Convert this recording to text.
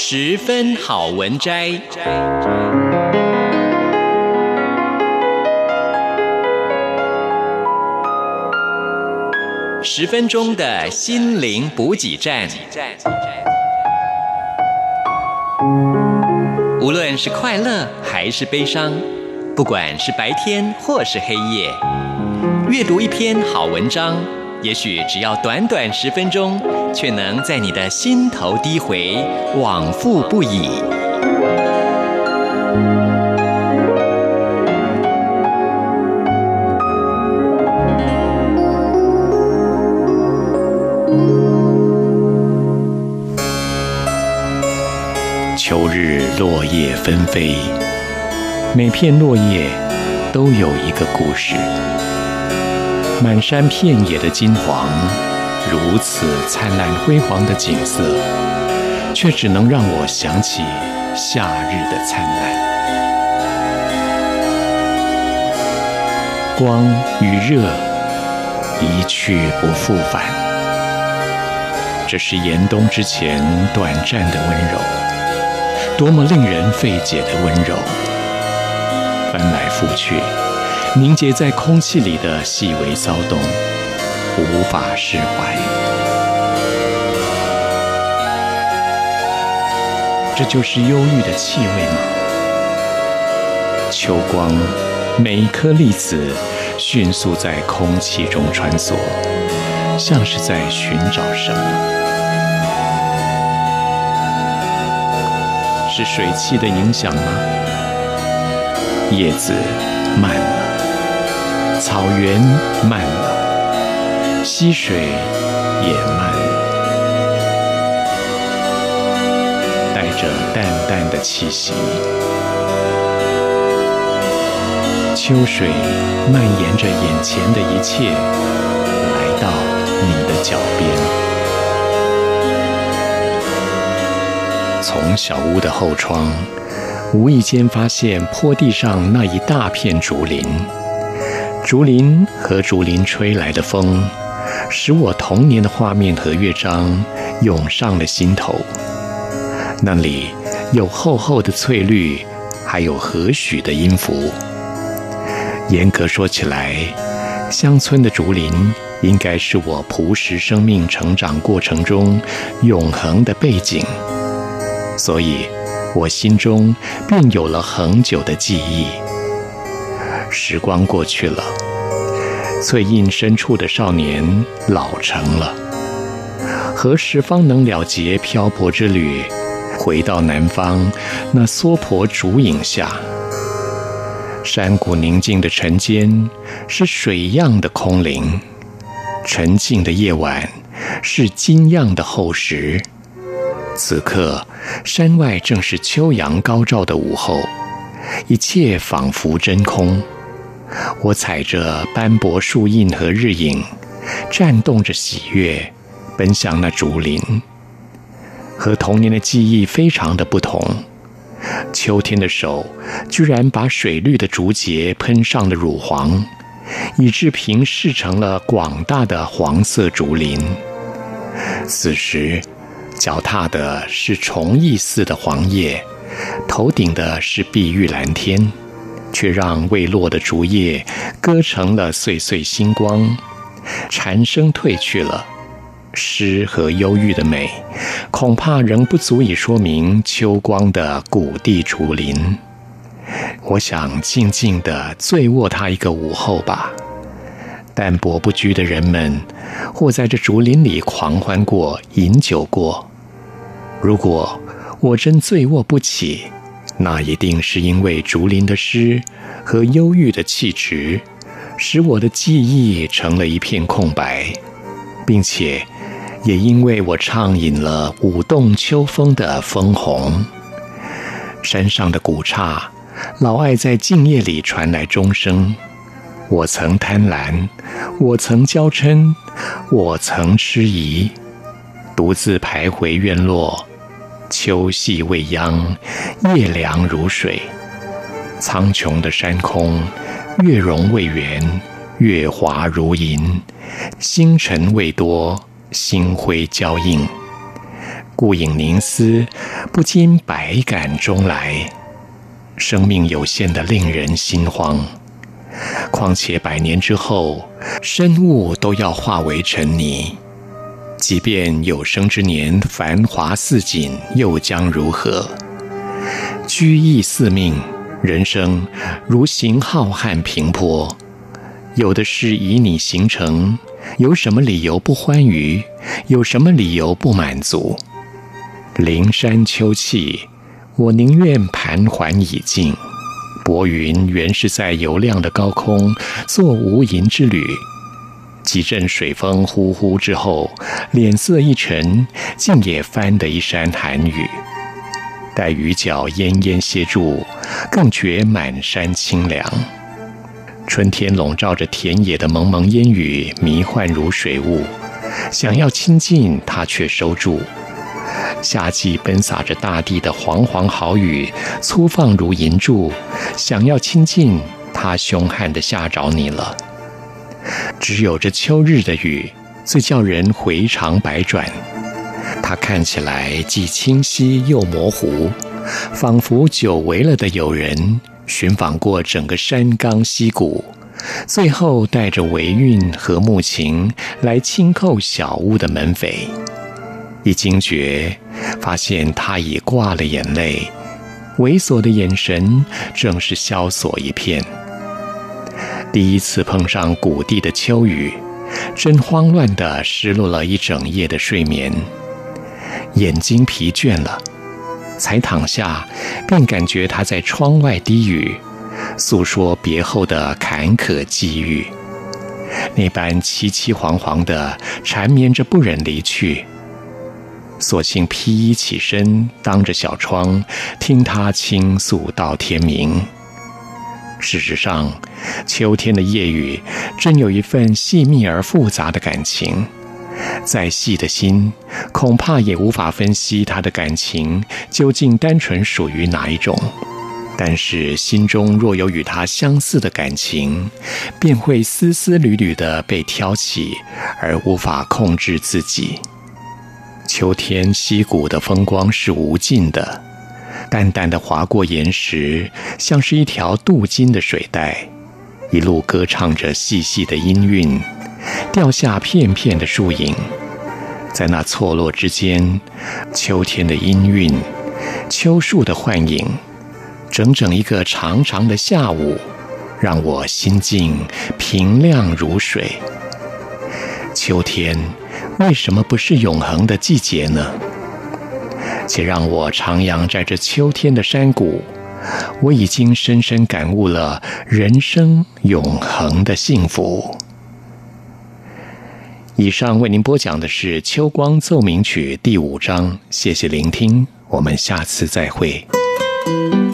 十分好文摘。10分钟的心灵补给站。无论是快乐还是悲伤，不管是白天或是黑夜，阅读一篇好文章，也许只要短短10分钟，却能在你的心头低回，往复不已。 秋日落叶纷飞，每片落叶都有一个故事。满山遍野的金黄，如此灿烂辉煌的景色，却只能让我想起夏日的灿烂。光与热一去不复返，这是严冬之前短暂的温柔，多么令人费解的温柔，翻来覆去，凝结在空气里的细微骚动，无法释怀。这就是忧郁的气味吗？秋光，每一颗粒子迅速在空气中穿梭，像是在寻找什么。是水汽的影响吗？叶子慢了，草原慢了，溪水也慢了，带着淡淡的气息。秋水蔓延着眼前的一切，来到你的脚边。从小屋的后窗，无意间发现坡地上那一大片竹林。竹林和竹林吹来的风，使我童年的画面和乐章涌上了心头。那里有厚厚的翠绿，还有和煦的音符。严格说起来，乡村的竹林应该是我朴实生命成长过程中永恒的背景。所以我心中便有了恒久的记忆。时光过去了，翠荫深处的少年老成了，何时方能了结漂泊之旅，回到南方那娑婆竹影下？山谷宁静的晨间是水样的空灵，沉静的夜晚是金样的厚实。此刻山外正是秋阳高照的午后，一切仿佛真空。我踩着斑驳树荫和日影，颤动着喜悦，奔向那竹林。和童年的记忆非常的不同，秋天的手居然把水绿的竹节喷上了乳黄，以致平视成了广大的黄色竹林。此时脚踏的是虫翼似的黄叶，头顶的是碧玉蓝天，却让未落的竹叶割成了碎碎星光。蝉声退去了，诗和忧郁的美恐怕仍不足以说明秋光的谷地竹林。我想静静地醉卧它一个午后吧。淡泊不拘的人们或在这竹林里狂欢过，饮酒过。如果我真醉卧不起，那一定是因为竹林的诗和忧郁的气质，使我的记忆成了一片空白，并且也因为我畅饮了舞动秋风的枫红。山上的古刹老爱在静夜里传来钟声。我曾贪婪，我曾娇嗔，我曾痴疑，独自徘徊院落，秋细未央，夜凉如水。苍穹的山空，月容未圆，月华如银，星辰未多，星辉交映。 顾影凝思，不禁百感中来。生命有限的令人心慌，况且100年之后，生物都要化为尘泥。即便有生之年繁华似锦，又将如何？居易似命，人生如行浩瀚平坡，有的是以你形成，有什么理由不欢愉？有什么理由不满足？灵山秋气，我宁愿盘桓以静。薄云原是在油亮的高空做无垠之旅，几阵水风呼呼之后，脸色一沉，竟也翻得一山寒雨。待雨脚奄奄歇住，更觉满山清凉。春天笼罩着田野的蒙蒙烟雨，迷幻如水雾，想要亲近它却收住。夏季奔洒着大地的煌煌好雨，粗放如银柱，想要亲近它，凶悍地吓着你了。只有这秋日的雨，最叫人回肠百转。它看起来既清晰又模糊，仿佛久违了的友人寻访过整个山冈溪谷，最后带着尾韵和慕情来轻叩小屋的门扉。一惊觉，发现他已挂了眼泪，猥琐的眼神正是萧索一片。第一次碰上谷地的秋雨，真慌乱地失落了一整夜的睡眠。眼睛疲倦了，才躺下，便感觉他在窗外低语，诉说别后的坎坷际遇，那般凄凄惶惶地缠绵着不忍离去。索性披衣起身，当着小窗听他倾诉到天明。事实上，秋天的夜雨真有一份细密而复杂的感情，再细的心恐怕也无法分析他的感情究竟单纯属于哪一种，但是心中若有与他相似的感情，便会丝丝缕缕地被挑起，而无法控制自己。秋天溪谷的风光是无尽的，淡淡地划过岩石，像是一条镀金的水带，一路歌唱着细细的音韵，掉下片片的树影。在那错落之间，秋天的音韵，秋树的幻影，整整一个长长的下午，让我心境平亮如水。秋天为什么不是永恒的季节呢？且让我徜徉在这秋天的山谷，我已经深深感悟了人生永恒的幸福。以上为您播讲的是《秋光奏鸣曲》第5章，谢谢聆听，我们下次再会。